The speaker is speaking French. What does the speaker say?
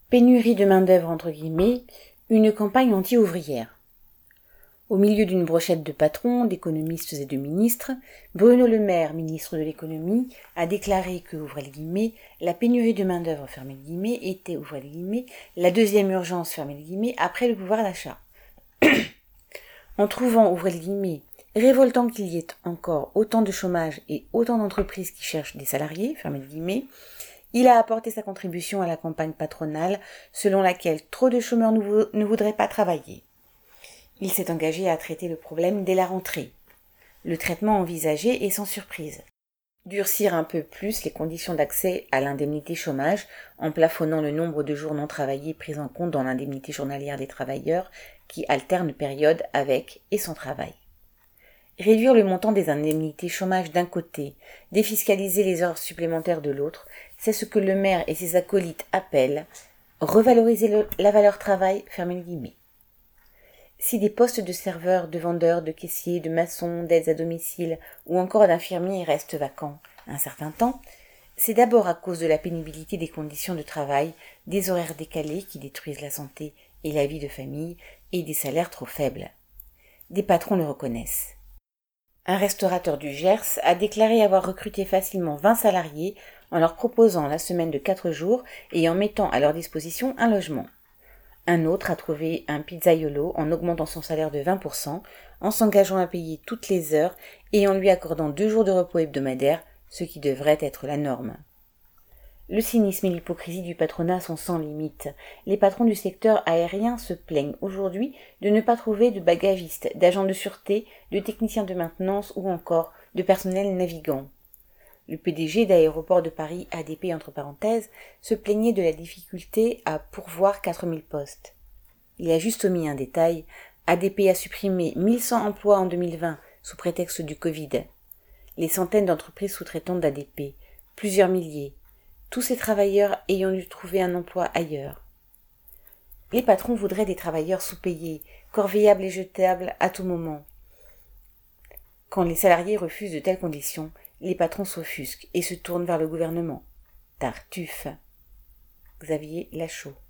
Pénurie de main-d'œuvre entre guillemets, une campagne anti-ouvrière. Au milieu d'une brochette de patrons, d'économistes et de ministres, Bruno Le Maire, ministre de l'économie, a déclaré que, ouvrez les guillemets, la pénurie de main-d'œuvre, fermez les guillemets, était, ouvrez les guillemets, la deuxième urgence, fermez les guillemets, après le pouvoir d'achat. En trouvant, ouvrez les guillemets, révoltant qu'il y ait encore autant de chômage et autant d'entreprises qui cherchent des salariés, fermez les guillemets, il a apporté sa contribution à la campagne patronale selon laquelle trop de chômeurs ne voudraient pas travailler. Il s'est engagé à traiter le problème dès la rentrée. Le traitement envisagé est sans surprise. Durcir un peu plus les conditions d'accès à l'indemnité chômage en plafonnant le nombre de jours non travaillés pris en compte dans l'indemnité journalière des travailleurs qui alternent période avec et sans travail. Réduire le montant des indemnités chômage d'un côté, défiscaliser les heures supplémentaires de l'autre, c'est ce que le maire et ses acolytes appellent revaloriser la valeur travail, fermez les guillemets. Si des postes de serveurs, de vendeurs, de caissiers, de maçons, d'aides à domicile ou encore d'infirmiers restent vacants un certain temps, c'est d'abord à cause de la pénibilité des conditions de travail, des horaires décalés qui détruisent la santé et la vie de famille et des salaires trop faibles. Des patrons le reconnaissent. Un restaurateur du Gers a déclaré avoir recruté facilement 20 salariés en leur proposant la semaine de 4 jours et en mettant à leur disposition un logement. Un autre a trouvé un pizzaiolo en augmentant son salaire de 20%, en s'engageant à payer toutes les heures et en lui accordant 2 jours de repos hebdomadaires, ce qui devrait être la norme. Le cynisme et l'hypocrisie du patronat sont sans limite. Les patrons du secteur aérien se plaignent aujourd'hui de ne pas trouver de bagagistes, d'agents de sûreté, de techniciens de maintenance ou encore de personnel navigant. Le PDG d'Aéroports de Paris, ADP entre parenthèses, se plaignait de la difficulté à pourvoir 4000 postes. Il a juste omis un détail. ADP a supprimé 1100 emplois en 2020 sous prétexte du Covid. Les centaines d'entreprises sous-traitantes d'ADP, plusieurs milliers, tous ces travailleurs ayant dû trouver un emploi ailleurs. Les patrons voudraient des travailleurs sous-payés, corveillables et jetables à tout moment. Quand les salariés refusent de telles conditions, les patrons s'offusquent et se tournent vers le gouvernement. Tartuffe. Xavier Lachaud.